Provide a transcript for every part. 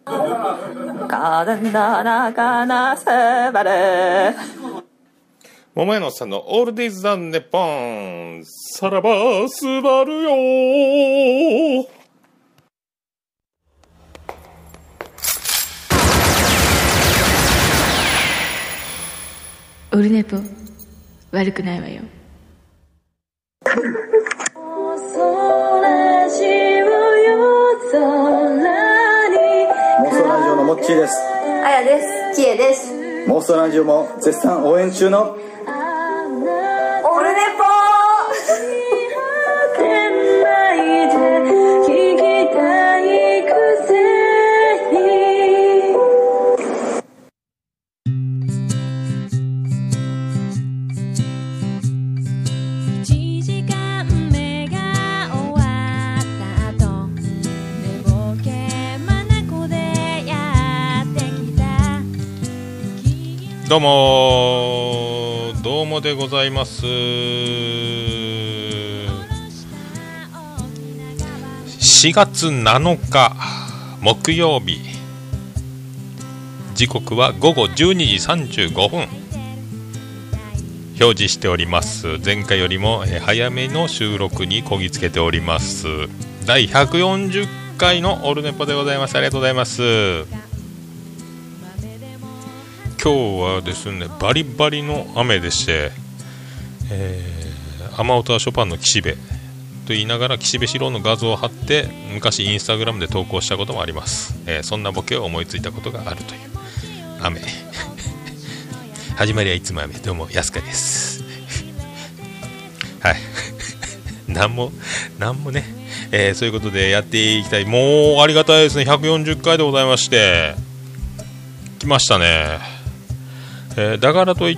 桃屋のおっさんのオールデイズ・ザ・ネッポン。さらばスバルよ。 オルネポ悪くないわよ。 妄想ラジオのモッチーです。 あやです。キエです。 妄想ラジオも絶賛応援中のオルネポどうもでございます。4月7日木曜日、時刻は午後12時35分表示しております。前回よりも早めの収録にこぎつけております。第140回のオルネポでございます。ありがとうございます。今日はですね、バリバリの雨でして、雨音はショパンの岸辺と言いながら岸辺四郎の画像を貼って昔インスタグラムで投稿したこともあります。そんなボケを思いついたことがあるという雨始まりはいつも雨。どうも安香です。はいなんもね、そういうことでやっていきたい。もうありがたいですね。140回でございまして、来ましたね。だからといって、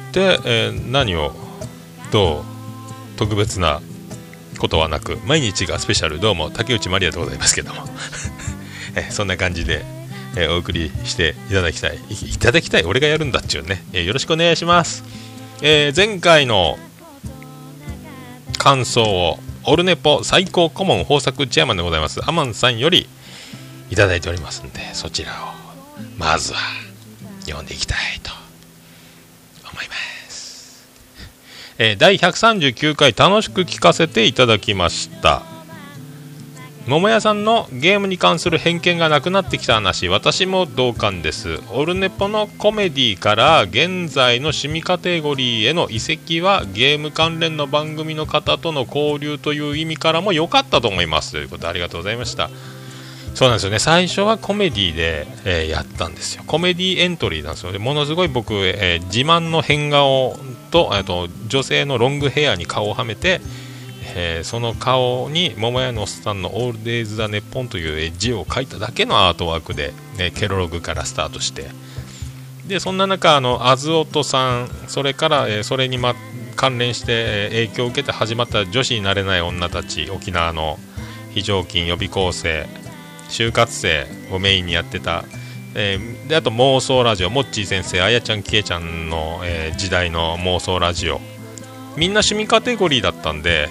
何をどう特別なことはなく、毎日がスペシャル。どうも竹内まりやでございますけどもそんな感じで、お送りしていただきたい俺がやるんだっちゅうね、よろしくお願いします。前回の感想をオルネポ最高顧問豊作チェアマンでございますアマンさんよりいただいておりますので、そちらをまずは読んでいきたいと思います。第139回楽しく聞かせていただきました。桃屋さんのゲームに関する偏見がなくなってきた話、私も同感です。オルネポのコメディから現在の趣味カテゴリーへの移籍はゲーム関連の番組の方との交流という意味からも良かったと思います。ということでありがとうございました。そうなんですよね。最初はコメディで、やったんですよ。コメディエントリーなんですよ。でものすごい僕、自慢の変顔と女性のロングヘアに顔をはめて、その顔に桃屋のおっさんのオールデイズ・ザ・ネッポンという字を書いただけのアートワークで、ケロログからスタートして、でそんな中アズオトさん、それから、それに、関連して、影響を受けて始まった女子になれない女たち、沖縄の非常勤予備校生就活生をメインにやってた、であと妄想ラジオ、モッチー先生、あやちゃん、きえちゃんの、時代の妄想ラジオ、みんな趣味カテゴリーだったんで、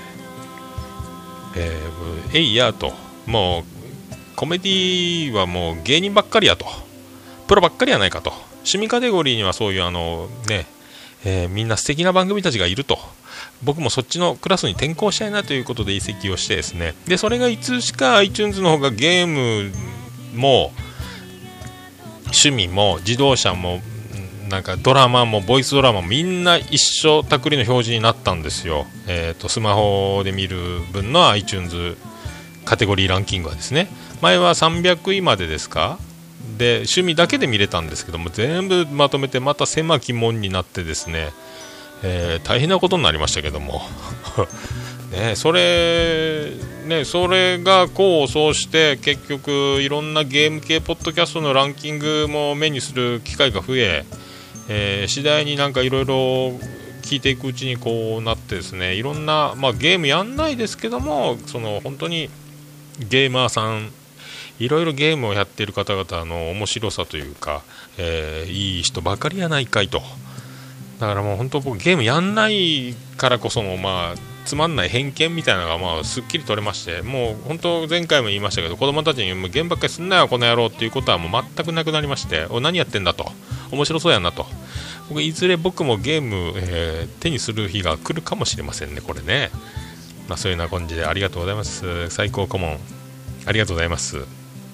いやと、もうコメディはもう芸人ばっかりやと、プロばっかりやないかと、趣味カテゴリーにはそういうみんな素敵な番組たちがいると、僕もそっちのクラスに転校したいなということで移籍をしてですね、でそれがいつしか iTunes の方がゲームも趣味も自動車もなんかドラマもボイスドラマもみんな一緒たくりの表示になったんですよ。スマホで見る分の iTunes カテゴリーランキングはですね、前は300位までですかで趣味だけで見れたんですけども、全部まとめてまた狭き門になってですね、大変なことになりましたけどもそれが功を奏して結局いろんなゲーム系ポッドキャストのランキングも目にする機会が増え、次第になんかいろいろ聞いていくうちにこうなってですね、いろんな、ゲームやんないですけども、その本当にゲーマーさん、いろいろゲームをやっている方々の面白さというか、いい人ばかりやないかいと。だからもう本当僕ゲームやんないからこそのつまんない偏見みたいなのがまあすっきり取れまして、もう本当前回も言いましたけど、子供たちにもうゲームばっかりすんなよこの野郎っていうことはもう全くなくなりまして、何やってんだと、面白そうやなと。いずれ僕もゲーム、手にする日が来るかもしれませんね、これね。まあ、そういうような感じでありがとうございます。最高顧問ありがとうございます。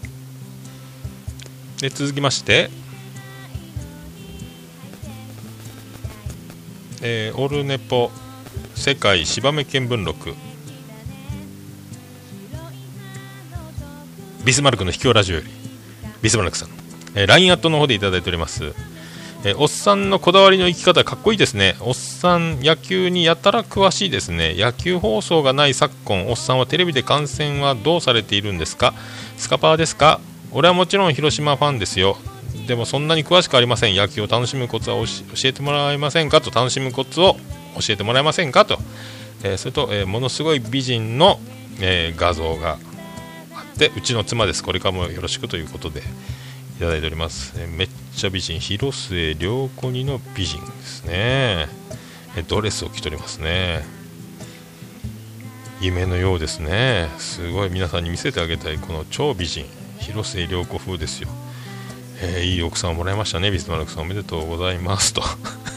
で続きまして、オルネポ世界芝目見聞録ビスマルクの秘境ラジオよりビスマルクさん、LINE アットの方でいただいております。おっさんのこだわりの生き方かっこいいですね。おっさん野球にやたら詳しいですね。野球放送がない昨今、おっさんはテレビで観戦はどうされているんですか？スカパーですか？俺はもちろん広島ファンですよ。でもそんなに詳しくありません。野球を楽しむコツは教えてもらえませんかと。楽しむコツを教えてもらえませんかと、それと、ものすごい美人の、画像があって、うちの妻です、これからもよろしくということでいただいております。めっちゃ美人、広末涼子にの美人ですね。ドレスを着ておりますね。夢のようですね。すごい皆さんに見せてあげたいこの超美人広末涼子風ですよ。いい奥さんをもらいましたね。ビスマルクさんおめでとうございますと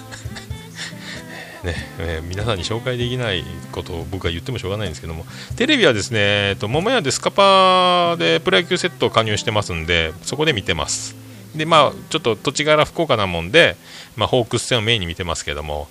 ね、皆さんに紹介できないことを僕は言ってもしょうがないんですけども、テレビはですね、桃屋でスカパーでプロ野球セットを加入してますんで、そこで見てます。でまあちょっと土地柄福岡なもんで、まあ、ホークス戦をメインに見てますけども、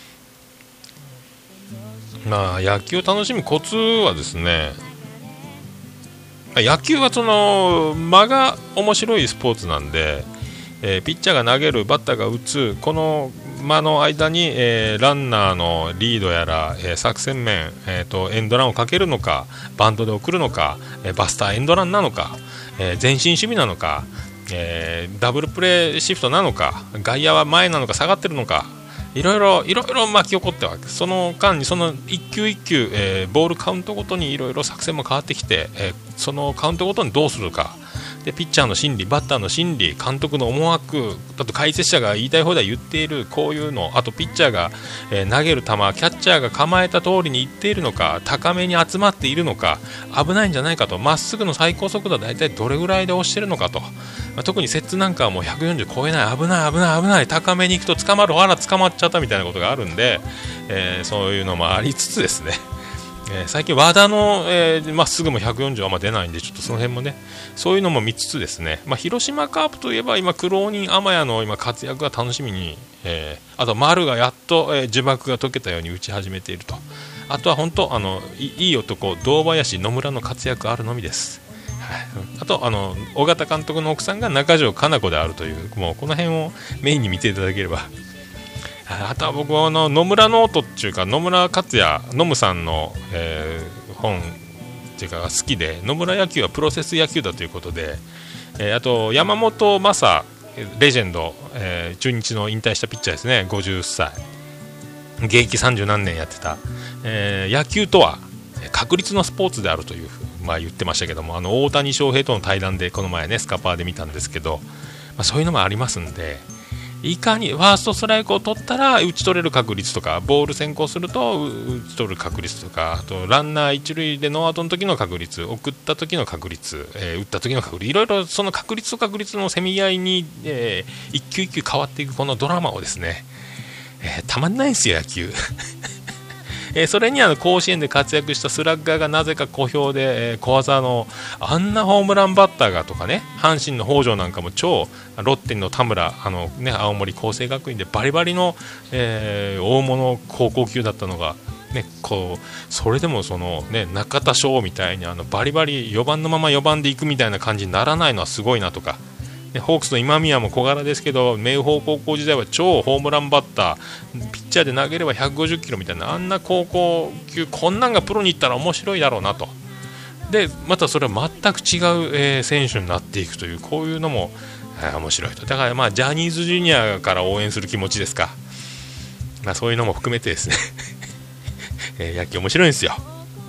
まあ野球を楽しむコツはですね、野球はその間が面白いスポーツなんで、ピッチャーが投げるバッターが打つこの間の間に、ランナーのリードやら、作戦面、エンドランをかけるのか、バントで送るのか、バスターエンドランなのか、前進守備なのか、ダブルプレーシフトなのか、外野は前なのか下がってるのか、いろいろ巻き起こっては、その間にその一球一球、ボールカウントごとにいろいろ作戦も変わってきて、そのカウントごとにどうするかで、ピッチャーの心理、バッターの心理、監督の思惑、あと解説者が言いたい放題言っているこういうの、あとピッチャーが、投げる球、キャッチャーが構えた通りにいっているのか、高めに集まっているのか、危ないんじゃないかと、まっすぐの最高速度は大体どれぐらいで押してるのかと、特に摂津なんかはもう140超えない、危ない、高めに行くと捕まる、あら捕まっちゃったみたいなことがあるんで、そういうのもありつつですね、最近和田のまっすぐも140はあんま出ないんで、ちょっとその辺もね、そういうのも見つつですね、広島カープといえば今苦労人天谷の今活躍が楽しみに、あと丸がやっと、呪縛が解けたように打ち始めていると。あとは本当いい男堂林野村の活躍あるのみです、はい、あと尾形監督の奥さんが中条かな子であるという、もうこの辺をメインに見ていただければ。あとは僕は野村ノートっていうか、野村克也ノムさんの、本っていうか好きで、野村野球はプロセス野球だということで、あと山本昌レジェンド、中日の引退したピッチャーですね、50歳現役30何年やってた、野球とは確率のスポーツであるというふうに、言ってましたけども、大谷翔平との対談でこの前ねスカパーで見たんですけど、そういうのもありますんで、いかにファーストストライクを取ったら打ち取れる確率とか、ボール先行すると打ち取る確率とか、あとランナー一塁でノーアウトの時の確率、送った時の確率、打った時の確率、いろいろその確率と確率のせめぎ合いに、一球一球変わっていくこのドラマをですね、たまんないんですよ野球それに甲子園で活躍したスラッガーがなぜか小兵で、小技のあんなホームランバッターがとかね、阪神の北条なんかも超ロッテの田村青森厚生学院でバリバリの、大物高校級だったのが、それでも中田翔みたいにバリバリ4番のまま4番でいくみたいな感じにならないのはすごいなとか、ホークスの今宮も小柄ですけど、明豊高校時代は超ホームランバッター、ピッチャーで投げれば150キロみたいな、あんな高校級、こんなんがプロに行ったら面白いだろうなと。でまたそれは全く違う、選手になっていくという、こういうのも、面白いと。だからジャニーズジュニアから応援する気持ちですか、そういうのも含めてですね野球面白いんですよ、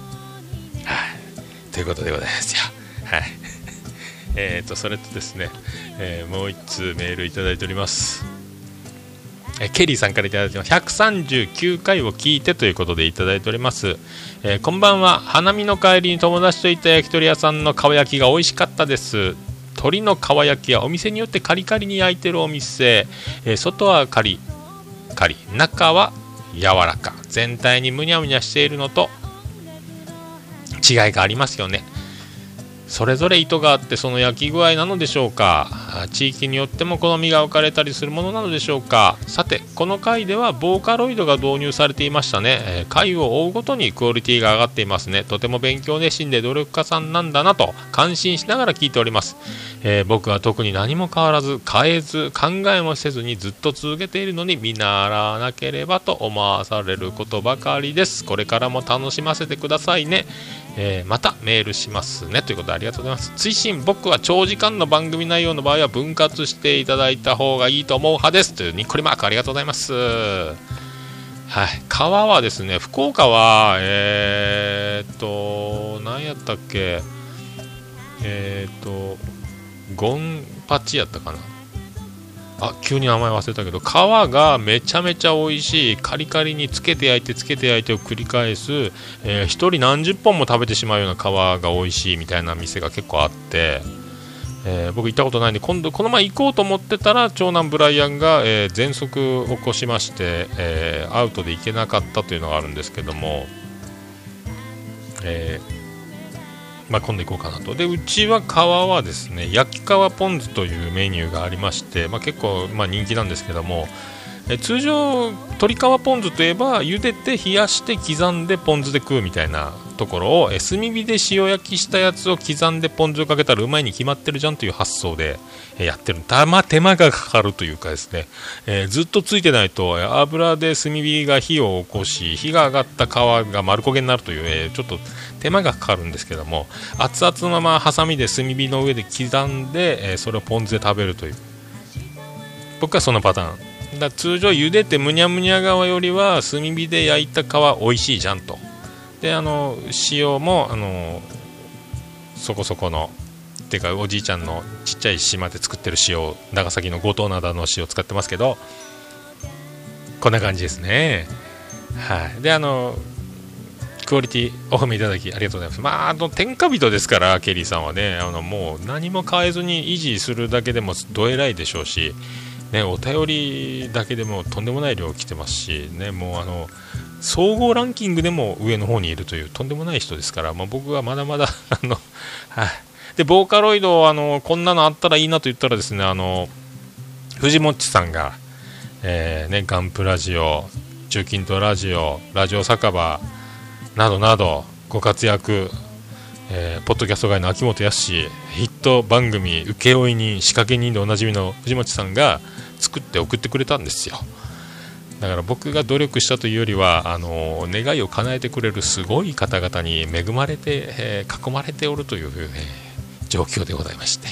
ということでございますよ。それとですね、もう一通メールいただいております。 ケリーさんからいただいてます。139回を聞いてということでいただいております。こんばんは。花見の帰りに友達と行った焼き鳥屋さんのかば焼きが美味しかったです。鶏のかば焼きはお店によってカリカリに焼いてるお店、外はカリカリ、中は柔らか、全体にむにゃむにゃしているのと違いがありますよね。それぞれ意図があってその焼き具合なのでしょうか。地域によっても好みが分かれたりするものなのでしょうか。さてこの回ではボーカロイドが導入されていましたね。回を追うごとにクオリティが上がっていますね。とても勉強熱心で努力家さんなんだなと感心しながら聞いております。僕は特に何も変わらず変えず考えもせずにずっと続けているのに見習わなければと思わされることばかりです。これからも楽しませてくださいね。またメールしますねということでありがとうございます。追伸、僕は長時間の番組内容の場合は分割していただいた方がいいと思う派ですというにっこりマークありがとうございます。はい、川はですね、福岡は何やったっけ、ゴンパチやったかな。急に名前忘れたけど、皮がめちゃめちゃ美味しい、カリカリにつけて焼いてつけて焼いてを繰り返す、一人何十本も食べてしまうような皮が美味しいみたいな店が結構あって、僕行ったことないんで今度この前行こうと思ってたら長男ブライアンが、喘息を起こしまして、アウトで行けなかったというのがあるんですけども、今度行こうかなと。でうちは皮はですね、焼き皮ポン酢というメニューがありまして、結構人気なんですけども、通常鶏皮ポン酢といえば茹でて冷やして刻んでポン酢で食うみたいなところを、炭火で塩焼きしたやつを刻んでポン酢をかけたらうまいに決まってるじゃんという発想で、やってる。手間がかかるというかですね、ずっとついてないと油で炭火が火を起こし、火が上がった皮が丸焦げになるという、ちょっと手間がかかるんですけども、熱々のままハサミで炭火の上で刻んで、それをポン酢で食べるという、僕はそのパターンだ。通常茹でてむにゃむにゃ皮よりは炭火で焼いた皮美味しいじゃんと。で塩もそこそこのっていうか、おじいちゃんのちっちゃい島で作ってる塩、長崎の五島灘の塩使ってますけど、こんな感じですね。はい。でクオリティお褒めいただきありがとうございます。天下人ですから、ケリーさんはね、もう何も変えずに維持するだけでもどえらいでしょうし、ね、お便りだけでもとんでもない量来てますし、ね、もう総合ランキングでも上の方にいるというとんでもない人ですから、僕はまだまだはい。でボーカロイドこんなのあったらいいなと言ったらですね、藤もっちさんが、ガンプラジオ、中近東ラジオ、ラジオ酒場などなどご活躍、ポッドキャスト界の秋元康、ヒット番組請負人仕掛け人でおなじみの藤本さんが作って送ってくれたんですよ。だから僕が努力したというよりは願いを叶えてくれるすごい方々に恵まれて、囲まれておるという、状況でございまして、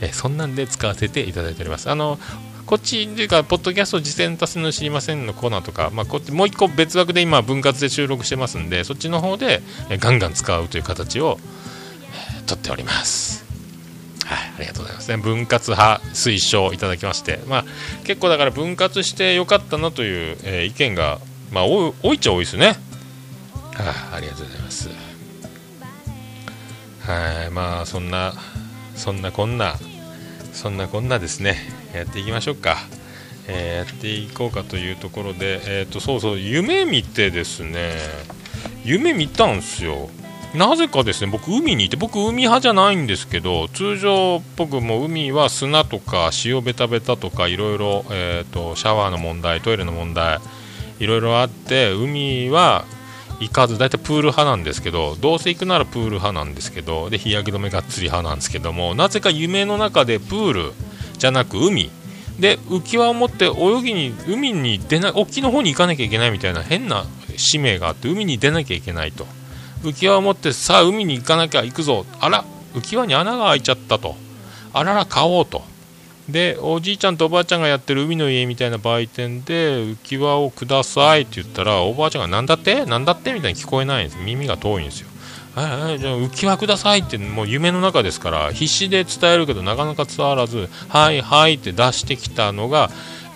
そんなんで使わせていただいております。こっちというかポッドキャスト実践達成の知りませんのコーナーとか、こっちもう一個別枠で今分割で収録してますんで、そっちの方でガンガン使うという形を取っております。はい、ありがとうございますね。分割派推奨いただきまして、結構だから分割してよかったなという、意見が、多いっちゃ多いですね。ありがとうございます。はい、そんなこんなですね、やっていきましょうか。やっていこうかというところで、そう夢見てですね、夢見たんすよ。なぜかですね、僕海にいて、僕海派じゃないんですけど、通常僕も海は砂とか塩ベタベタとかいろいろシャワーの問題、トイレの問題いろいろあって、海は行かず、だいたいプール派なんですけど、どうせ行くならプール派なんですけど、で日焼け止めがっつり派なんですけども、なぜか夢の中でプールじゃなく海で浮き輪を持って海に出ない、沖の方に行かなきゃいけないみたいな変な使命があって、海に出なきゃいけないと。浮き輪を持ってさあ海に行かなきゃ、行くぞ、あら浮き輪に穴が開いちゃったと、あらら買おうと。でおじいちゃんとおばあちゃんがやってる海の家みたいな売店で浮き輪をくださいって言ったら、おばあちゃんがなんだってみたいに聞こえないんです。耳が遠いんですよ。じゃあ浮き輪くださいって、もう夢の中ですから必死で伝えるけどなかなか伝わらず、はいはいって出してきたのが、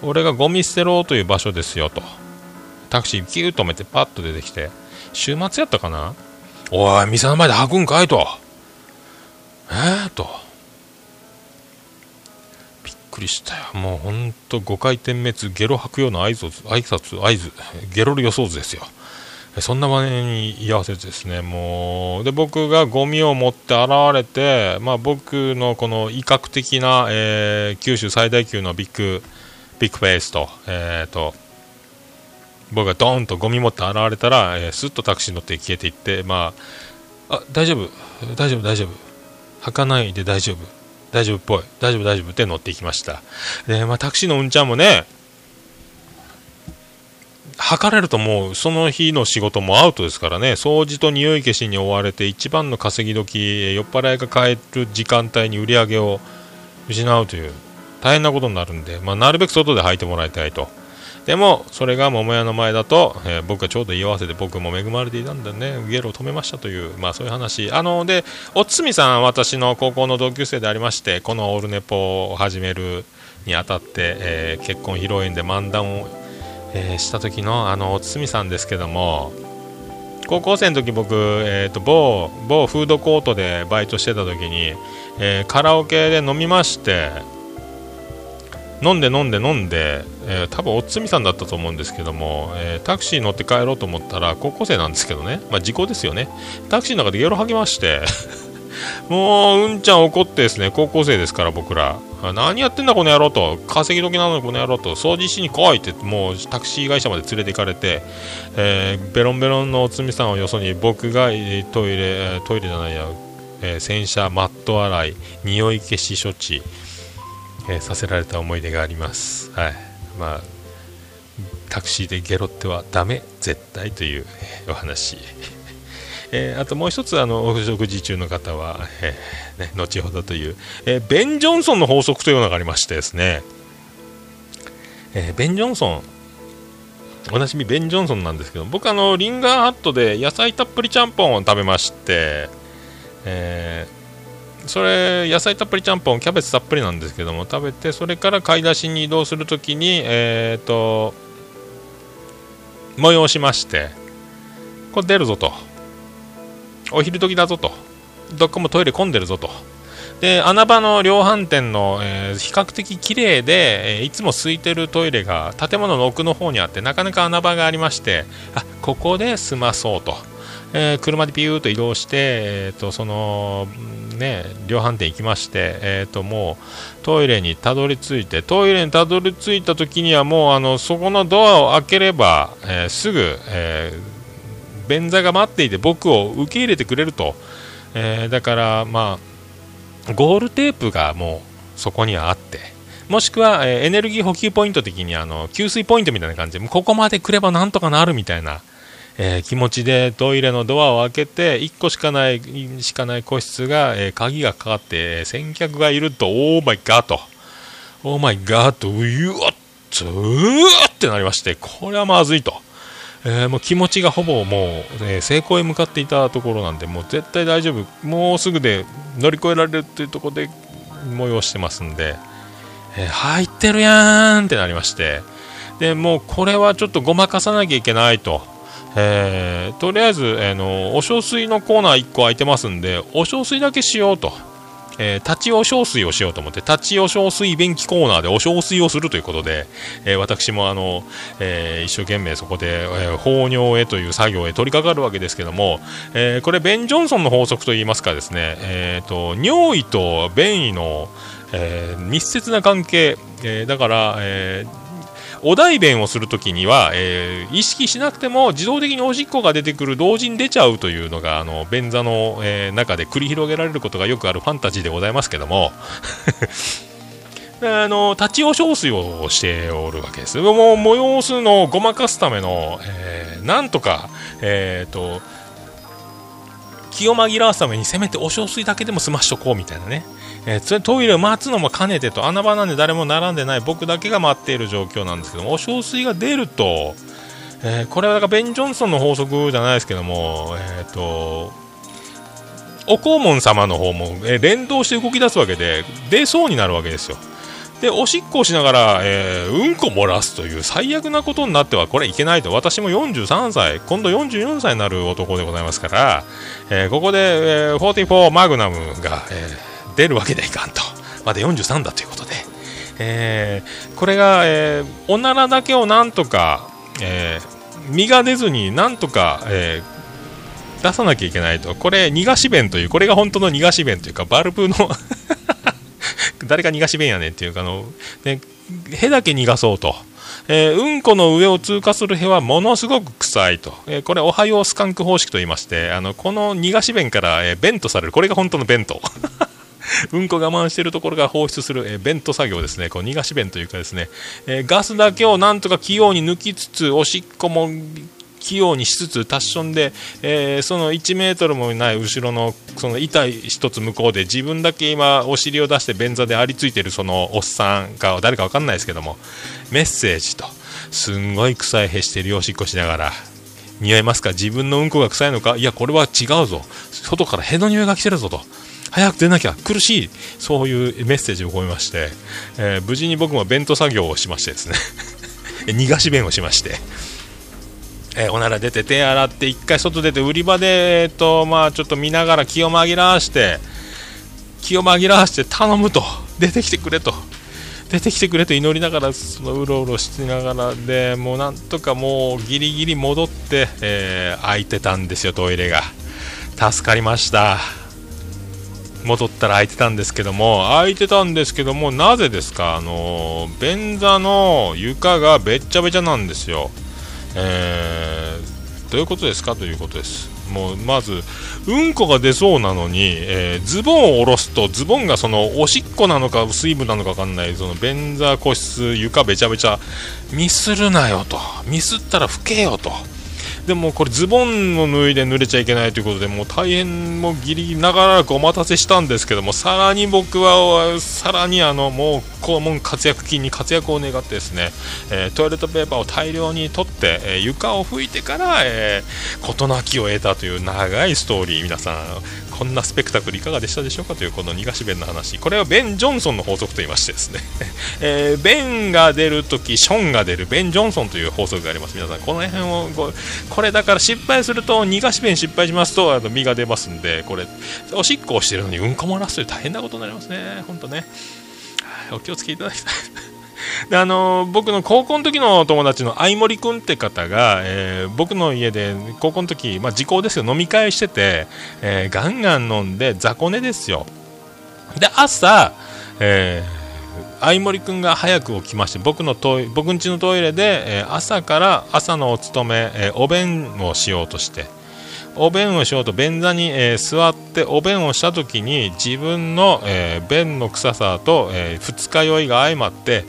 俺がゴミ捨てろという場所ですよと。タクシーキューッと止めてパッと出てきて、週末やったかな、おい店の前で吐くんかいと、とびっくりしたよ。もうほんと5回点滅、ゲロ吐くような合図、ゲロル予想図ですよ。そんな場面に居合わせてですね、もうで僕がゴミを持って現れて、僕のこの威嚇的な、九州最大級のビッグフェイスと、僕がドーンとゴミ持って現れたら、スッとタクシー乗って消えていって、大丈夫吐かないで大丈夫っぽい、大丈夫って乗っていきました。で、タクシーのうんちゃんもね、測れるともうその日の仕事もアウトですからね、掃除と匂い消しに追われて一番の稼ぎ時、酔っ払いが帰る時間帯に売り上げを失うという大変なことになるんで、なるべく外で履いてもらいたいと。でもそれが桃屋の前だと、僕がちょうど言い合わせて、僕も恵まれていたんだね、ゲロを止めましたという、そういう話。でおつみさん、私の高校の同級生でありまして、このオルネポを始めるにあたって、結婚披露宴で漫談をした時のおつみさんですけども、高校生の時僕、某フードコートでバイトしてた時に、カラオケで飲みまして、飲んで、多分おつみさんだったと思うんですけども、タクシー乗って帰ろうと思ったら、高校生なんですけどね、時効ですよね。タクシーの中でゲロ吐きましてもううんちゃん怒ってですね、高校生ですから僕ら、何やってんだこの野郎と、稼ぎ時なのにこの野郎と、掃除しに来いって、もうタクシー会社まで連れて行かれて、ベロンベロンのおつみさんをよそに、僕がトイレじゃないや、洗車、マット洗い、匂い消し処置、させられた思い出があります。はい。タクシーでゲロってはダメ絶対というお話。あともう一つ、お食事中の方は、後ほどという、ベン・ジョンソンの法則というのがありましてですね、ベン・ジョンソン、おなじみベン・ジョンソンなんですけど、僕リンガーハットで野菜たっぷりちゃんぽんを食べまして、それ野菜たっぷりちゃんぽん、キャベツたっぷりなんですけども食べて、それから買い出しに移動するときに催しまして、これ出るぞと、お昼時だぞと、どこもトイレ混んでるぞと。で、穴場の量販店の、比較的綺麗で、いつも空いてるトイレが建物の奥の方にあって、なかなか穴場がありまして、ここで済まそうと、車でピューッと移動して、そのね、量販店行きまして、もうトイレにたどり着いた時にはもうそこのドアを開ければ、すぐ、便座が待っていて僕を受け入れてくれると、だからゴールテープがもうそこにはあって、もしくは、エネルギー補給ポイント的に給水ポイントみたいな感じで、ここまで来ればなんとかなるみたいな、気持ちでトイレのドアを開けて、1個しかない個室が、鍵がかかって、先客がいると、オーマイガーとうわっつーってなりまして、これはまずいと。もう気持ちがほぼもう、成功へ向かっていたところなんで、もう絶対大丈夫、もうすぐで乗り越えられるっていうところで催してますんで、入ってるやーんってなりまして、でもうこれはちょっとごまかさなきゃいけないと、とりあえず、お小水のコーナー1個空いてますんで、お小水だけしようと、立ちお小水をしようと思って、立ちお小水便器コーナーでお小水をするということで、私も一生懸命そこで、放尿へという作業へ取り掛かるわけですけども、これベン・ジョンソンの法則といいますかですね、尿意と便意の、密接な関係、だから、お大便をするときには、意識しなくても自動的におしっこが出てくる、同時に出ちゃうというのが便座の、中で繰り広げられることがよくあるファンタジーでございますけども立ちお小水をしておるわけです。もう催すのをごまかすための、なんとか、気を紛らわすためにせめてお小水だけでも済ましとこうみたいなね、それトイレを待つのも兼ねてと、穴場なんで誰も並んでない僕だけが待っている状況なんですけども、お小水が出ると、これはだからベン・ジョンソンの法則じゃないですけども、お黄門様の方も、連動して動き出すわけで出そうになるわけですよ。 でおしっこをしながら、うんこ漏らすという最悪なことになってはこれいけないと。私も43歳今度44歳になる男でございますから、ここで、44マグナムが、出るわけでいかんと。まだ43だということで、これが、おならだけをなんとか、身が出ずになんとか、出さなきゃいけないと。これ逃がし弁という、これが本当の逃がし弁というか、バルブの誰が逃がし弁やねんっていうか、へだけ逃がそうと。うんこの上を通過するへはものすごく臭いと。これおはようスカンク方式と言いまして、この逃がし弁から、弁とされる、これが本当の弁とうんこ我慢しているところが放出する、弁と作業ですね。こう逃がし弁というかですね、ガスだけをなんとか器用に抜きつつ、おしっこも器用にしつつ、タッションで、その1メートルもない後ろのその板一つ向こうで自分だけ今お尻を出して便座でありついているそのおっさんか誰か分かんないですけども、メッセージと、すんごい臭いへしてるおしっこしながら、匂いますか、自分のうんこが臭いのか、いやこれは違うぞ、外からへの匂いが来てるぞと、早く出なきゃ苦しい、そういうメッセージを込めまして、無事に僕も弁当作業をしましてですね逃がし弁をしまして、おなら出て手洗って一回外出て売り場で、まあちょっと見ながら気を紛らわして頼むと、出てきてくれと祈りながら、そのうろうろしながらで、もうなんとかもうギリギリ戻って、開いてたんですよ、トイレが。助かりました。戻ったら開いてたんですけども、なぜですか、便座の床がべっちゃべちゃなんですよ。どういうことですかということです。もうまずうんこが出そうなのに、ズボンを下ろすと、ズボンがそのおしっこなのか水分なのか分かんない、その便座個室床べちゃべちゃ、ミスるなよと、ミスったら拭けよと。でもこれズボンを脱いで濡れちゃいけないということで、もう大変、もうギリギリ長らくお待たせしたんですけども、さらに僕はさらにもう肛門活躍筋に活躍を願ってですね、トイレットペーパーを大量に取って、床を拭いてから、事なきを得たという長いストーリー。皆さんこんなスペクタクルいかがでしたでしょうかという、この逃がし弁の話、これはベン・ジョンソンの法則と言いましてですねベンが出るときションが出る、ベン・ジョンソンという法則があります。皆さんこの辺をこれだから失敗すると、逃がし弁失敗しますと身が出ますんで、これおしっこをしてるのにうんこ漏らすという大変なことになりますね、本当ね。お気をつけいただきたいで、僕の高校の時の友達の相森くんって方が、僕の家で高校の時、時効ですよ、飲み会してて、ガンガン飲んで雑魚寝ですよ。で朝、相森くんが早く起きまして、僕ん家のトイレで、朝から朝のお勤め、お便をしようと便座に、座ってお便をした時に、自分の、便の臭さと、二日酔いが相まって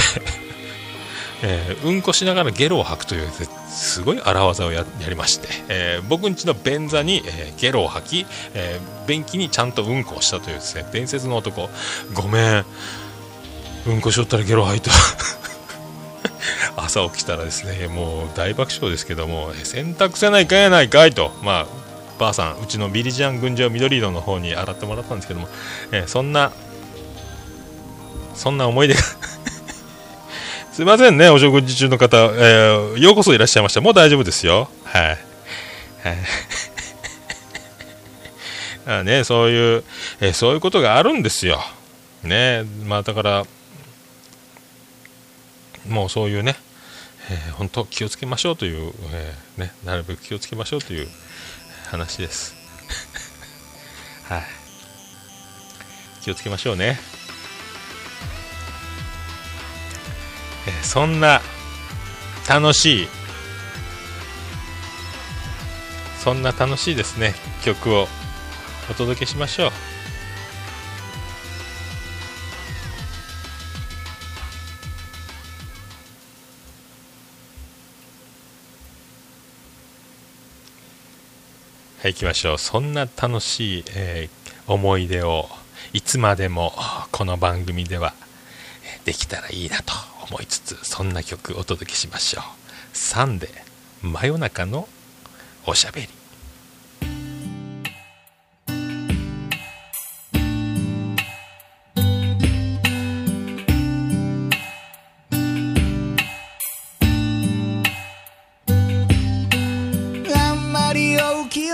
うんこしながらゲロを吐くというすごい荒技を やりまして、僕ん家の便座に、ゲロを吐き、便器にちゃんとうんこをしたというですね、伝説の男。ごめん、うんこしよったらゲロ吐いた朝起きたらですね、もう大爆笑ですけども、洗濯せないかやないかいと、ばあさん、うちのビリジアン群青緑色の方に洗ってもらったんですけども、そんな思い出がすいませんね、お食事中の方、ようこそいらっしゃいました。もう大丈夫ですよ。はいね、そういうことがあるんですよね。だからもうそういうね、本当気をつけましょうという、なるべく気をつけましょうという話ですはい、気をつけましょうね。そんな楽しいですね、曲をお届けしましょう。はい、行きましょう。そんな楽しい、思い出をいつまでもこの番組ではできたらいいなと思いつつ、そんな曲お届けしましょう。サンデー真夜中のおしゃべり。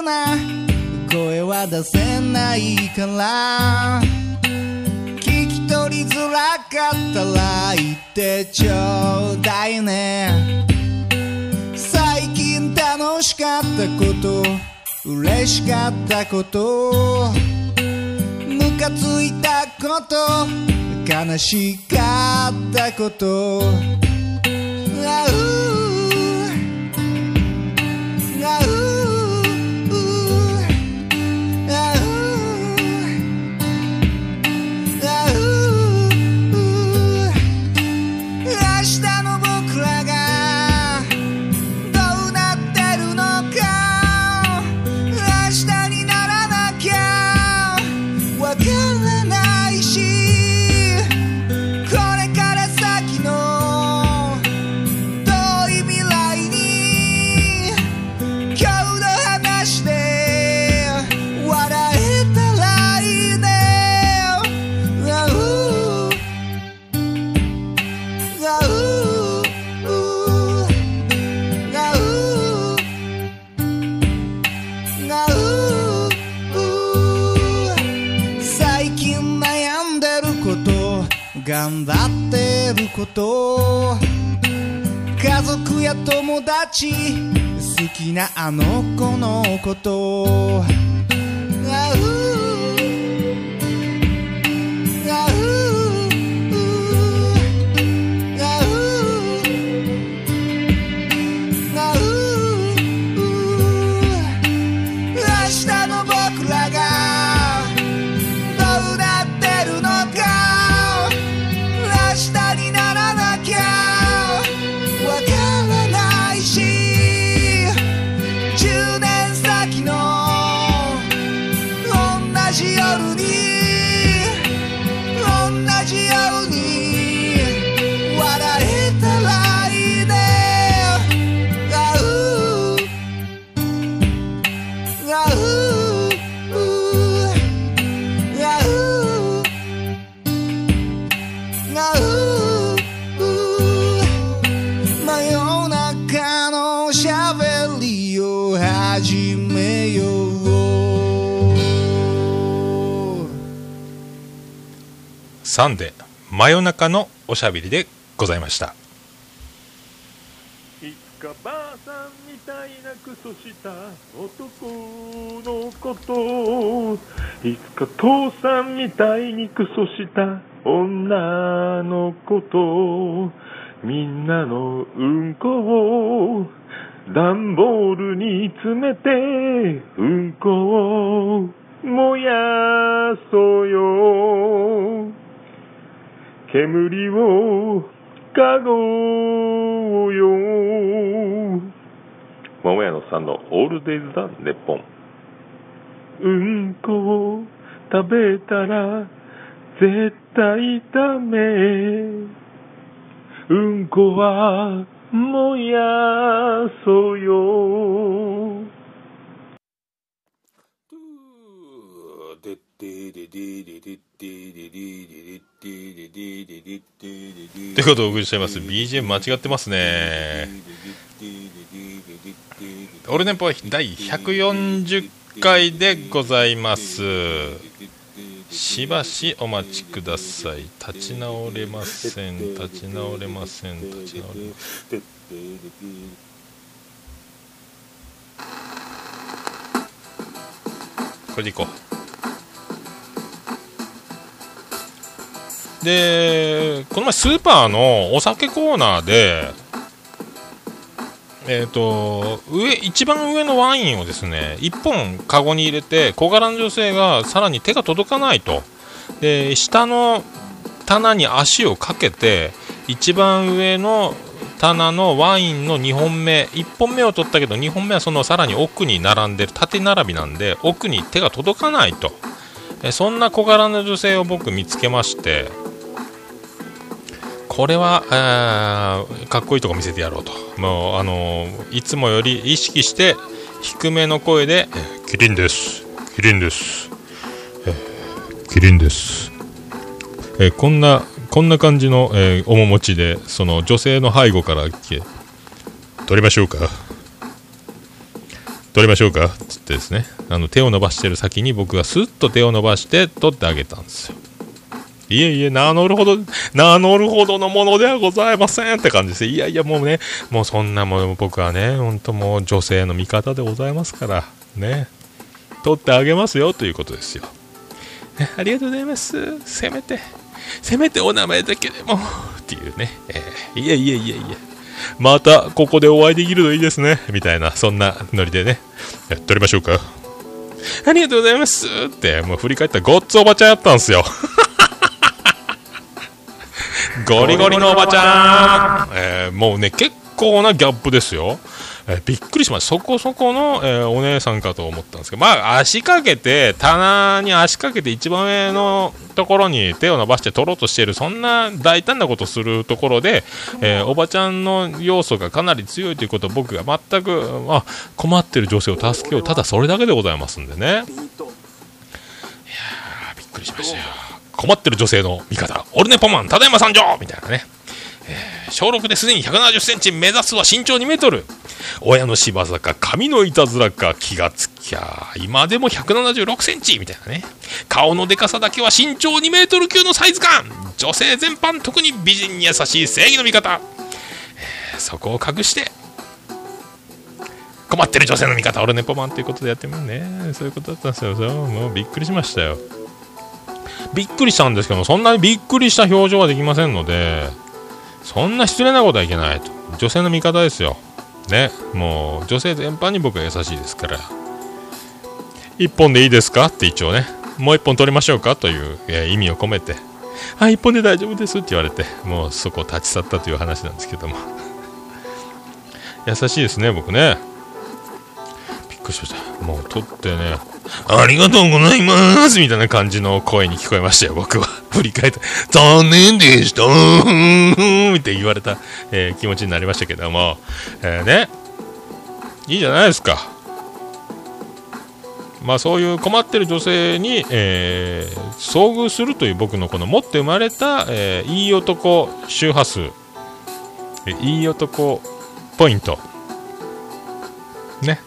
な声は出せないから聞き取りづらかったら言ってちょうだいね。最近楽しかったこと嬉しかったことムカついたこと悲しかったことあうあうあうあう明日の僕らがどうなってるのか明日にならなきゃわからないしこれから先の遠い未来に今日の話で笑えたらいいね。あうあうあうあう最近悩んでること頑張ってること家族や友達好きなあの子のことあうあうあうあう明日の僕らがどうなってるのか明日にならなきゃわからないし10年先の同じ夜に同じように笑えたらいいね。あうあうあうあう真夜中のしゃべりを始めよう。 サンデー真夜中のおしゃべりでございました。 いつかばあさんみたいなクソした男のこといつか父さんみたいにクソした女のことみんなのうんこを段ボールに詰めてうんこを燃やそうよ煙をかごうよ桃屋のさんのオールデイズ・ザ・ネッポンうんこを食べたら絶対ダメうんこは燃やそうよということをお送りしています。 BGM 間違ってますね。オルネポは第140回でございます。しばしお待ちください。立ち直れません立ち直れません立ち直れません。これでいこう。でこの前スーパーのお酒コーナーで一番上のワインをですね1本カゴに入れて小柄な女性がさらに手が届かないとで下の棚に足をかけて一番上の棚のワインの2本目1本目を取ったけど2本目はそのさらに奥に並んでる縦並びなんで奥に手が届かないとそんな小柄な女性を僕見つけましてこれはかっこいいとこ見せてやろうともういつもより意識して低めの声でキリンですキリンですキリンですこんな感じの、面持ちでその女性の背後から取りましょうか撮りましょうかつってですね、手を伸ばしてる先に僕がスッと手を伸ばして撮ってあげたんですよ。いえいえ、名乗るほどのものではございませんって感じです。いやいや、もうね、もうそんなもの、僕はね、ほんともう女性の味方でございますからね、撮ってあげますよということですよ。ありがとうございます。せめてお名前だけでもっていうね、いえ、またここでお会いできるといいですねみたいな、そんなノリでね、撮りましょうか。ありがとうございますって、もう振り返ったらごっつおばちゃんやったんですよ。ゴリゴリのおばちゃん、もうね、結構なギャップですよ。びっくりしました。そこそこの、お姉さんかと思ったんですけど、まあ棚に足かけて一番上のところに手を伸ばして取ろうとしている、そんな大胆なことするところで、おばちゃんの要素がかなり強いということを僕が全く困っている女性を助けよう、ただそれだけでございますんでね。いやー、びっくりしましたよ。困ってる女性の味方、オルネポマンただいま参上みたいなね。小6ですでに170センチ、目指すは身長2メートル。親の仕業か髪のいたずらか、気がつきゃ今でも176センチみたいなね。顔のでかさだけは身長2メートル級のサイズ感。女性全般、特に美人に優しい正義の味方。そこを隠して困ってる女性の味方、オルネポマンということでやってみるね。そういうことだったんですよ。もうびっくりしましたよ。びっくりしたんですけども、そんなにびっくりした表情はできませんので、そんな失礼なことはいけないと。女性の味方ですよね。もう女性全般に僕は優しいですから、一本でいいですかって一応ね、もう一本取りましょうかという、意味を込めて、一本で大丈夫ですって言われて、もうそこを立ち去ったという話なんですけども優しいですね、僕ね。びっくりしました。もう取ってね、ありがとうございますみたいな感じの声に聞こえましたよ、僕は。振り返って残念でしたって言われた、気持ちになりましたけども、ね、いいじゃないですか。まあそういう困ってる女性に、遭遇するという僕のこの持って生まれた、いい男周波数、いい男ポイントね。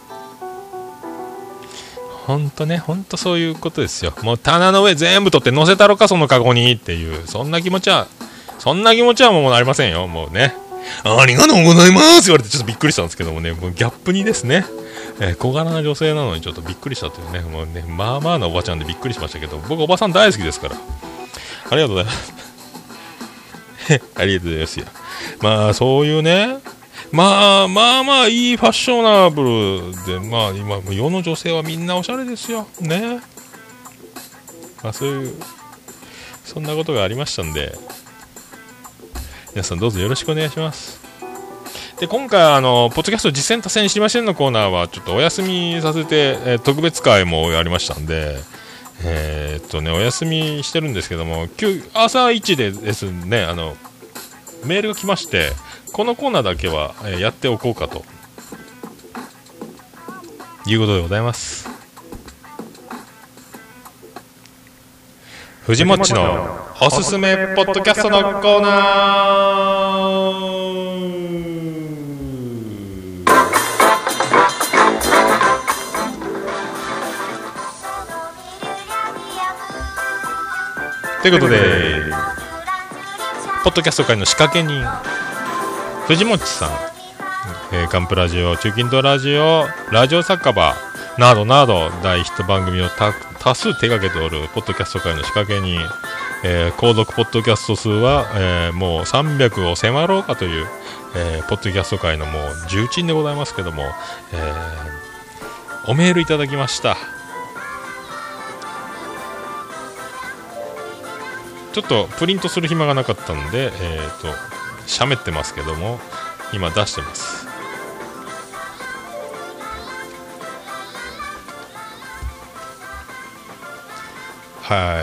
ほんとそういうことですよ。もう棚の上全部取って乗せたろかそのカゴにっていう、そんな気持ちはもうありませんよ。もうね、ありがとうございます言われてちょっとびっくりしたんですけどもね、もうギャップにですね、小柄な女性なのにちょっとびっくりしたというね、もうね、まあまあなおばちゃんでびっくりしましたけど、僕おばさん大好きですから、ありがとうございますありがとうございますよ。まあそういうね、まあいいファッショナブルで、まあ今世の女性はみんなおしゃれですよね。まあそういうそんなことがありましたんで、皆さんどうぞよろしくお願いします。で、今回ポッドキャスト実践多戦知りませんのコーナーはちょっとお休みさせて、特別会もやりましたんで、お休みしてるんですけども、朝一でですね、メールが来まして、このコーナーだけは、やっておこうかということでございます。藤もっちのおすすめポッドキャストのコーナー。ということで、ポッドキャスト界の仕掛け人藤もっちさん、ガンプラジオ、中近東ラジオ、ラジオ酒場などなど大ヒット番組を多数手掛けておるポッドキャスト界の仕掛け人、購読ポッドキャスト数は、もう300を迫ろうかという、ポッドキャスト界のもう重鎮でございますけども、おメールいただきました。ちょっとプリントする暇がなかったんで、喋ってますけども、今出してます。はい。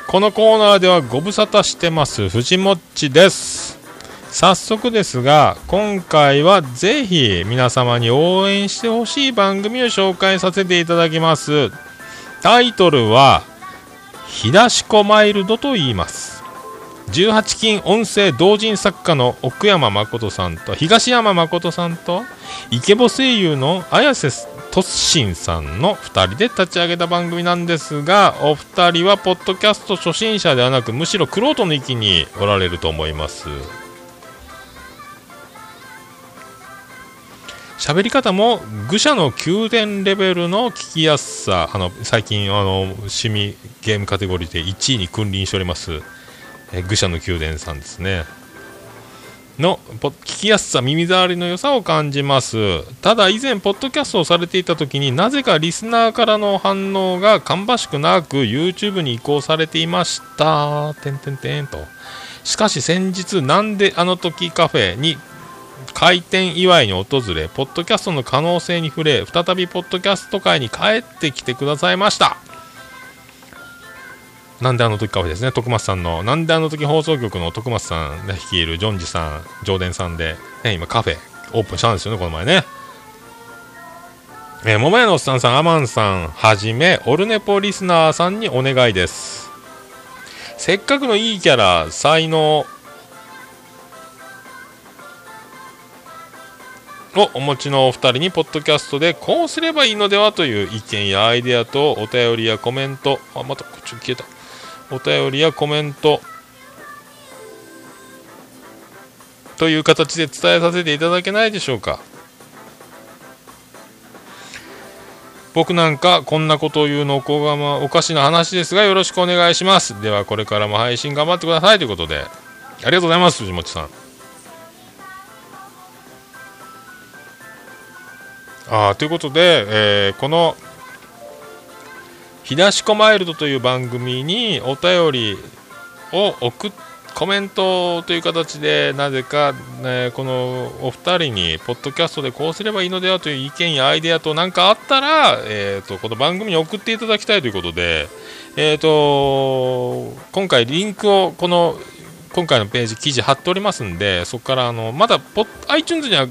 このコーナーではご無沙汰してます藤もっちです。早速ですが、今回はぜひ皆様に応援してほしい番組を紹介させていただきます。タイトルはひだしこマイルドと言います。 18金音声同人作家の奥山誠さんと東山誠さんとイケボ声優の綾瀬トッシンさんの2人で立ち上げた番組なんですが、お二人はポッドキャスト初心者ではなくむしろ玄人の域におられると思います。喋り方も愚者の宮殿レベルの聞きやすさ、最近趣味ゲームカテゴリーで1位に君臨しております愚者の宮殿さんですねの聞きやすさ、耳障りの良さを感じます。ただ以前ポッドキャストをされていた時になぜかリスナーからの反応が芳しくなく YouTube に移行されていましたと。しかし先日なんであの時カフェに開店祝いに訪れポッドキャストの可能性に触れ再びポッドキャスト界に帰ってきてくださいました。なんであの時カフェですね、徳松さんのなんであの時放送局の徳松さんが率いるジョンジさん上田さんで、今カフェオープンしたんですよね、この前ね。桃屋のおっさんさん、アマンさんはじめオルネポリスナーさんにお願いです。せっかくのいいキャラ才能をお持ちのお二人にポッドキャストでこうすればいいのではという意見やアイデアとお便りやコメント、またこっち消えた、お便りやコメントという形で伝えさせていただけないでしょうか。僕なんかこんなことを言うのおかしな話ですがよろしくお願いします。ではこれからも配信頑張ってくださいということで、ありがとうございます。藤本さん。ということで、このひだしこマイルドという番組にお便りをコメントという形でなぜか、このお二人にポッドキャストでこうすればいいのではという意見やアイデアと何かあったら、この番組に送っていただきたいということで、今回リンクを今回のページ記事貼っておりますんで、そこからまだiTunes には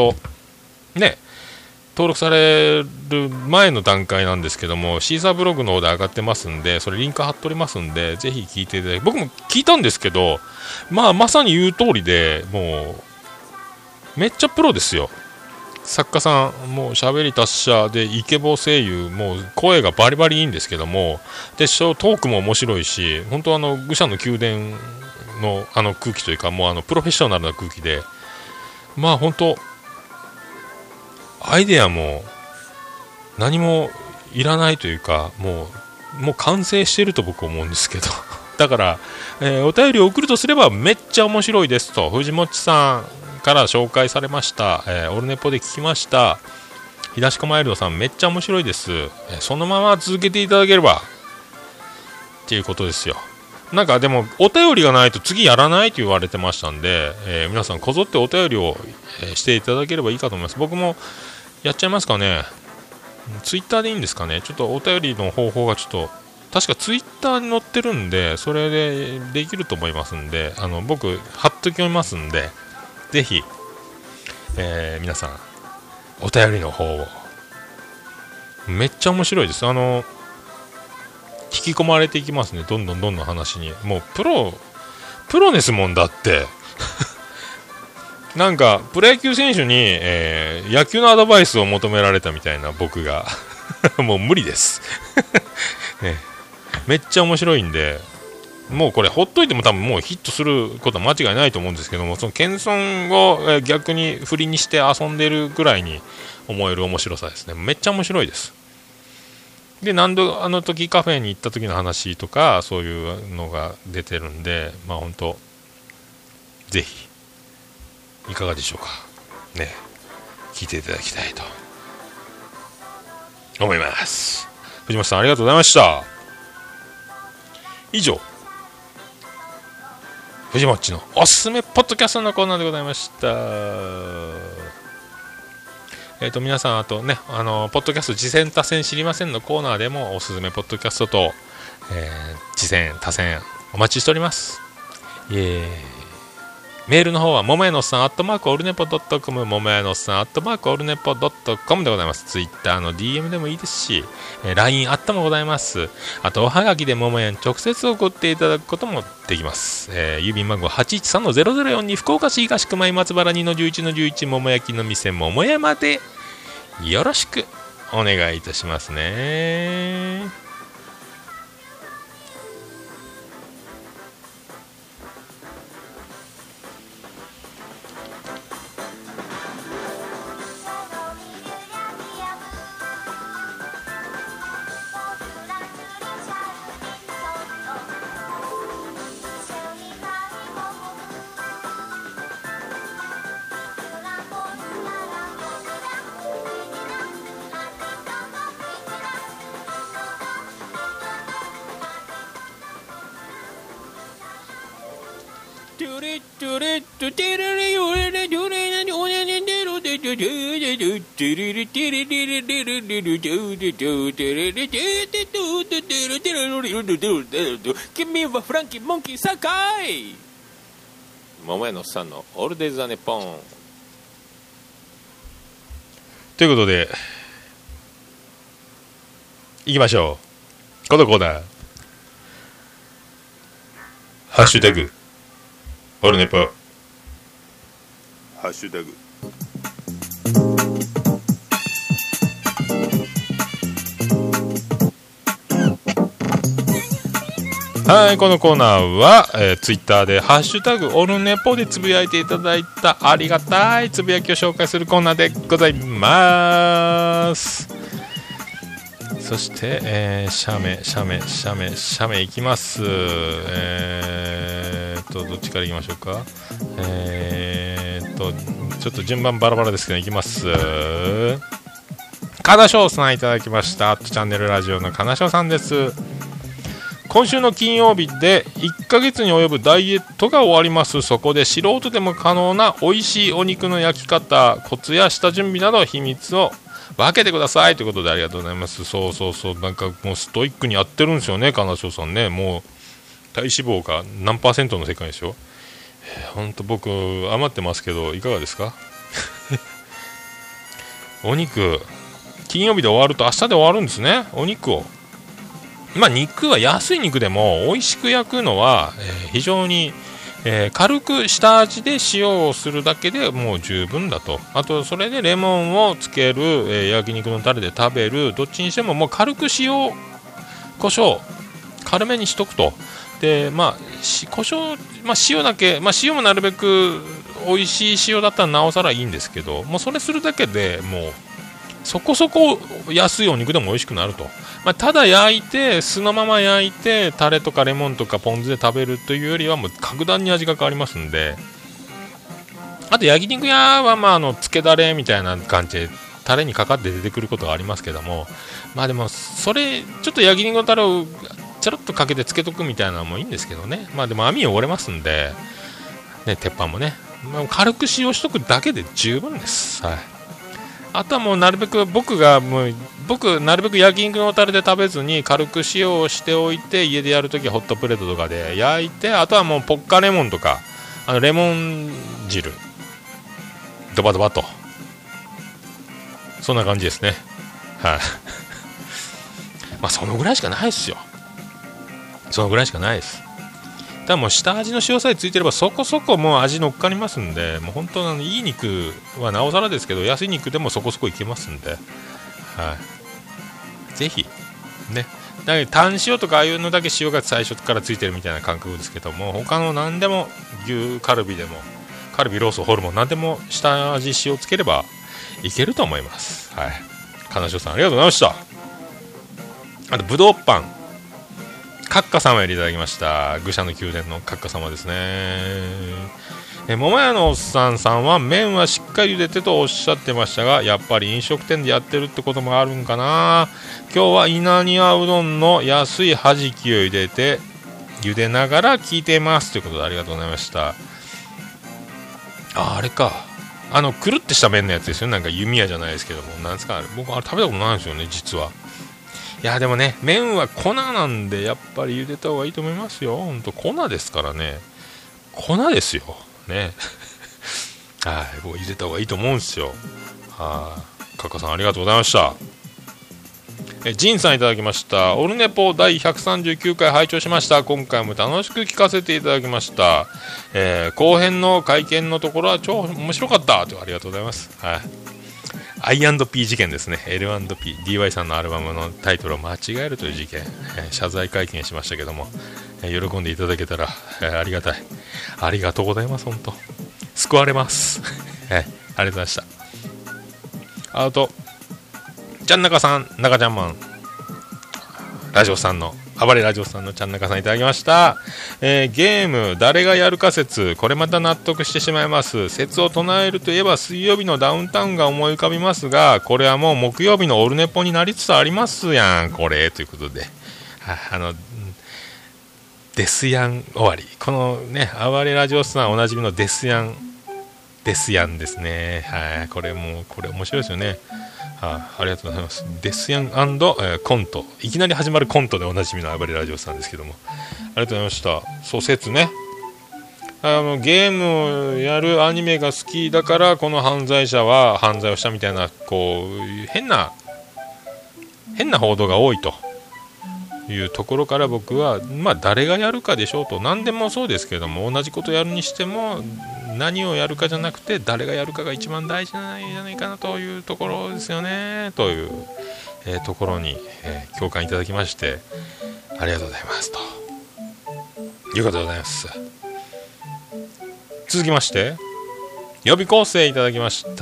登録される前の段階なんですけども、シーサーブログの方で上がってますんで、それリンク貼っておりますんで、ぜひ聞いていただき、僕も聞いたんですけど、まさに言う通りで、もうめっちゃプロですよ。作家さんもう喋り達者でイケボ声優、もう声がバリバリいいんですけども、でトークも面白いし、本当愚者の宮殿の空気というか、もうプロフェッショナルな空気で、本当アイデアも何もいらないというか、もう完成していると僕は思うんですけどだから、お便りを送るとすればめっちゃ面白いですと藤もちさんから紹介されました、オルネポで聞きました、ひだしこマイルドさんめっちゃ面白いです、そのまま続けていただければっていうことですよ。なんかでもお便りがないと次やらないと言われてましたんで、皆さんこぞってお便りを、していただければいいかと思います。僕もやっちゃいますかね。ツイッターでいいんですかね。ちょっとお便りの方法がちょっと確かツイッターに載ってるんで、それでできると思いますんで、僕貼っときますんで、ぜひ、皆さんお便りの方を、めっちゃ面白いです。引き込まれていきますね。どんどん話に。もうプロですもんだってなんかプロ野球選手に、野球のアドバイスを求められたみたいな僕がもう無理です、ね、めっちゃ面白いんで、もうこれほっといても多分もうヒットすることは間違いないと思うんですけども、その謙遜を、逆に振りにして遊んでるぐらいに思える面白さですね。めっちゃ面白いです。で、何度あの時カフェに行った時の話とかそういうのが出てるんで、本当ぜひいかがでしょうかね、聞いていただきたいと思います。藤本さんありがとうございました。以上、藤本のおすすめポッドキャストのコーナーでございました。皆さん、あとね、ポッドキャスト次戦多戦知りませんのコーナーでもおすすめポッドキャストと、次戦多戦お待ちしております。イエーイ。 メールの方はももやのおっさんオルネポ.com、ももやのおっさんオルネポ.com でございます。ツイッターの DM でもいいですし、LINE もございます。あとおはがきでももやに直接送っていただくこともできます。郵便番号 813-0042 福岡市東区前松原 2-11-11 ももやきの店ももやまでよろしくお願いいたしますね。君はフランキーモンキー酒井桃屋のおっさんのオールデイズ・ザ・ネッポンということでいきましょう。このコーナーハッシュタグオルネポハッシュタグはい、このコーナーは、ツイッターでハッシュタグオルネポでつぶやいていただいたありがたいつぶやきを紹介するコーナーでございます。そして、写メいきます。どっちからいきましょうか。ちょっと順番バラバラですけどいきます。金賞さんいただきました。チャンネルラジオの金賞さんです。今週の金曜日で1ヶ月に及ぶダイエットが終わります。そこで素人でも可能な美味しいお肉の焼き方、コツや下準備など秘密を分けてくださいということでありがとうございます。そうなんかもうストイックにやってるんですよね、金賞さんね。もう体脂肪が何%の世界でしょ。ほんと僕余ってますけどいかがですかお肉金曜日で終わると明日で終わるんですね。お肉を肉は安い肉でも美味しく焼くのは、非常に、軽く下味で塩をするだけでもう十分だと。あとそれでレモンをつける、焼肉のタレで食べる、どっちにしてももう軽く塩胡椒軽めにしとくと。で胡椒、塩だけ、塩もなるべく美味しい塩だったらなおさらいいんですけど、もうそれするだけでもうそこそこ安いお肉でも美味しくなると。ただ焼いてそのまま焼いてタレとかレモンとかポン酢で食べるというよりはもう格段に味が変わりますんで。あと焼肉屋は漬けだれみたいな感じでタレにかかって出てくることがありますけども、でもそれちょっと焼肉のタレをちょろっとかけてつけとくみたいなのもいいんですけどね。でも網汚れますんでね、鉄板もね、軽く使用しとくだけで十分です。はい。あとはもうなるべく僕なるべく焼肉のタレで食べずに軽く塩をしておいて、家でやるときはホットプレートとかで焼いて、あとはもうポッカレモンとかレモン汁ドバドバと、そんな感じですね。はい、そのぐらいしかないですよ。そのぐらいしかないです。ただもう下味の塩さえついてればそこそこもう味乗っかりますんで、もう本当いい肉はなおさらですけど、安い肉でもそこそこいけますんで、はい、ぜひね。だからタン塩とかああいうのだけ塩が最初からついてるみたいな感覚ですけども、他の何でも牛カルビでもカルビロースホルモン何でも下味塩つければいけると思います。はい、金城さんありがとうございました。あとぶどうパンカッカ様よりいただきました。愚者の宮殿のカッカ様ですね。桃屋のおっさんさんは麺はしっかり茹でてとおっしゃってましたが、やっぱり飲食店でやってるってこともあるんかな。今日は稲庭うどんの安いはじきを茹でながら聞いていますということでありがとうございました。あれか、くるってした麺のやつですよ。なんか弓矢じゃないですけども、なんですかあれ。僕あれ食べたことないんですよね、実は。いやでもね、麺は粉なんでやっぱり茹でた方がいいと思いますよ。ほんと粉ですからね。粉ですよ。 ねはい、僕入れた方がいいと思うんですよ。はい、カッカさんありがとうございました。ジンさんいただきました。オルネポ第139回拝聴しました。今回も楽しく聞かせていただきました。後編の会見のところは超面白かったとありがとうございます。はい、I&P 事件ですね。 L&P DY さんのアルバムのタイトルを間違えるという事件、謝罪会見しましたけども、喜んでいただけたら、ありがたい。ありがとうございます。本当救われますありがとうございました。あとちゃんなかさん、中ちゃんマンラジオさんの暴れラジオさんのちゃんなかさんいただきました。ゲーム誰がやるか説、これまた納得してしまいます。説を唱えるといえば水曜日のダウンタウンが思い浮かびますが、これはもう木曜日のオルネポになりつつありますやんこれということで、デスヤン終わり、このね暴れラジオさんおなじみのデスヤンですね。はい、これ面白いですよね。ありがとうございます。デスヤン&、コント、いきなり始まるコントでおなじみの暴れラジオさんですけども、ありがとうございました。そう説ね、ゲームやるアニメが好きだからこの犯罪者は犯罪をしたみたいな、こう変な報道が多いというところから、僕は誰がやるかでしょうと。何でもそうですけども、同じことやるにしても何をやるかじゃなくて誰がやるかが一番大事なんじゃないかなというところですよねという、ところに、共感いただきましてありがとうございますということでございます。続きまして予備校生いただきました。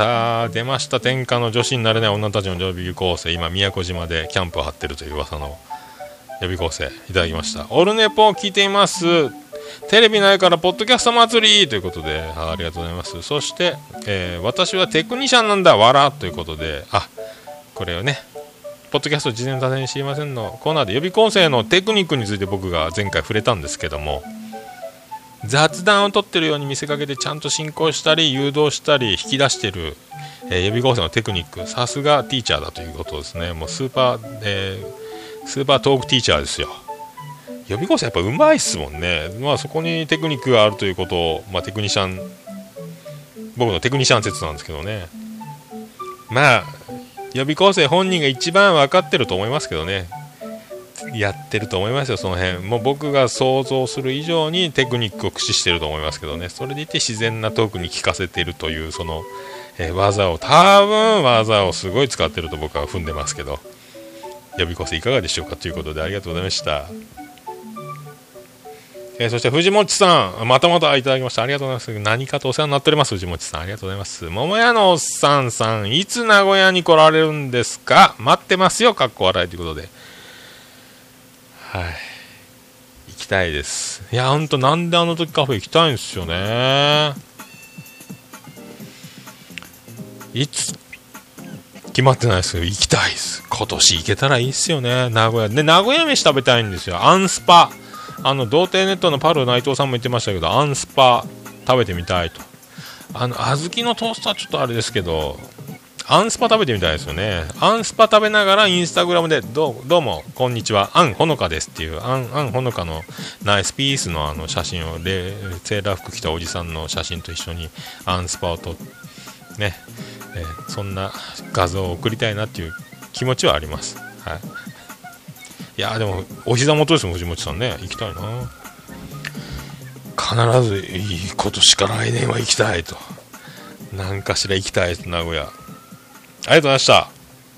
出ました。天下の女子になれない女たちの予備校生、今宮古島でキャンプを張ってるという噂の予備校生いただきました。オルネポを聞いています。テレビないからポッドキャスト祭りということで、ありがとうございます。そして、私はテクニシャンなんだわらということで、これをねポッドキャスト事前多戦知りませんのコーナーで予備校生のテクニックについて僕が前回触れたんですけども、雑談を取ってるように見せかけてちゃんと進行したり誘導したり引き出してる、予備校生のテクニック、さすがティーチャーだということですね。もうスーパートークティーチャーですよ。予備校生やっぱうまいっすもんね。そこにテクニックがあるということを、テクニシャン、僕のテクニシャン説なんですけどね。予備校生本人が一番分かってると思いますけどね。やってると思いますよ、その辺。もう僕が想像する以上にテクニックを駆使してると思いますけどね。それでいて自然なトークに聞かせているというその、技をすごい使ってると僕は踏んでますけど、予備校生いかがでしょうかということでありがとうございました。そして藤本さんまたいただきました。ありがとうございます。何かとお世話になっております。藤本さんありがとうございます。桃屋のおっさんさんいつ名古屋に来られるんですか。待ってますよかっこ笑いということで、行きたいです。いやほんとなんであの時カフェ行きたいんですよね。いつ決まってないですけど行きたいです。今年行けたらいいっすよね。名古屋で名古屋飯食べたいんですよ。アンスパ、童貞ネットのパル内藤さんも言ってましたけど、アンスパ食べてみたいと。小豆のトーストはちょっとあれですけど、アンスパ食べてみたいですよね。アンスパ食べながらインスタグラムでどうもこんにちはアンほのかですっていうアンほのかのナイスピースの写真をセーラー服着たおじさんの写真と一緒にアンスパを撮ってね、そんな画像を送りたいなっていう気持ちはあります。いやでもお膝元ですもん藤本さんね。行きたいな。必ず今年から来年は行きたいと、何かしら行きたいと名古屋。ありがとうございました。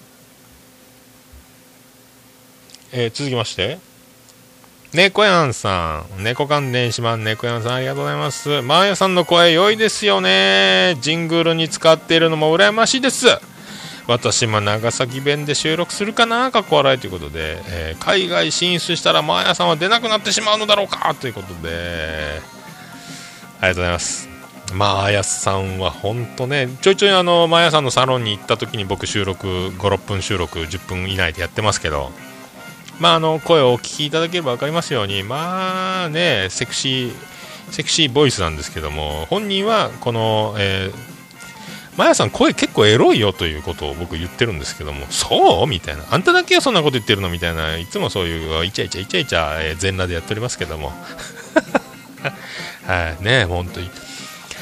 続きまして猫やんさん、猫関連しまん猫やんさんありがとうございます。マーヤさんの声良いですよね。ジングルに使っているのも羨ましいです。私も長崎弁で収録するかなかっこ笑いということで、海外進出したらマーヤさんは出なくなってしまうのだろうかということでありがとうございます。マーヤさんは本当ね、ちょいちょいマーヤさんのサロンに行った時に僕収録 5,6 分収録10分以内でやってますけど、声をお聞きいただければ分かりますようにセクシーボイスなんですけども、本人はこの、マヤさん声結構エロいよということを僕言ってるんですけども、そうみたいな、あんただけはそんなこと言ってるのみたいな、いつもそういうイチャイチャ全裸でやっておりますけども本当に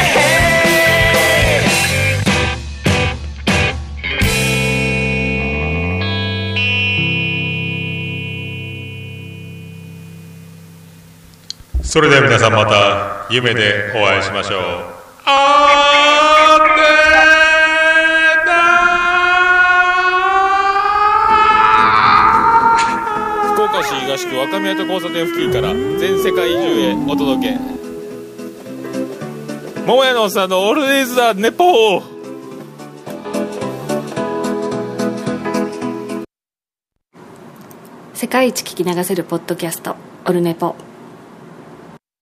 それでは皆さんまた夢でお会いしましょう。あーてーだー。福岡市東区若宮と交差点付近から全世界中へお届け、桃屋のおっさんのオールデイズ・ザ・ネポー。 世界一聞き流せるポッドキャストオルネポ。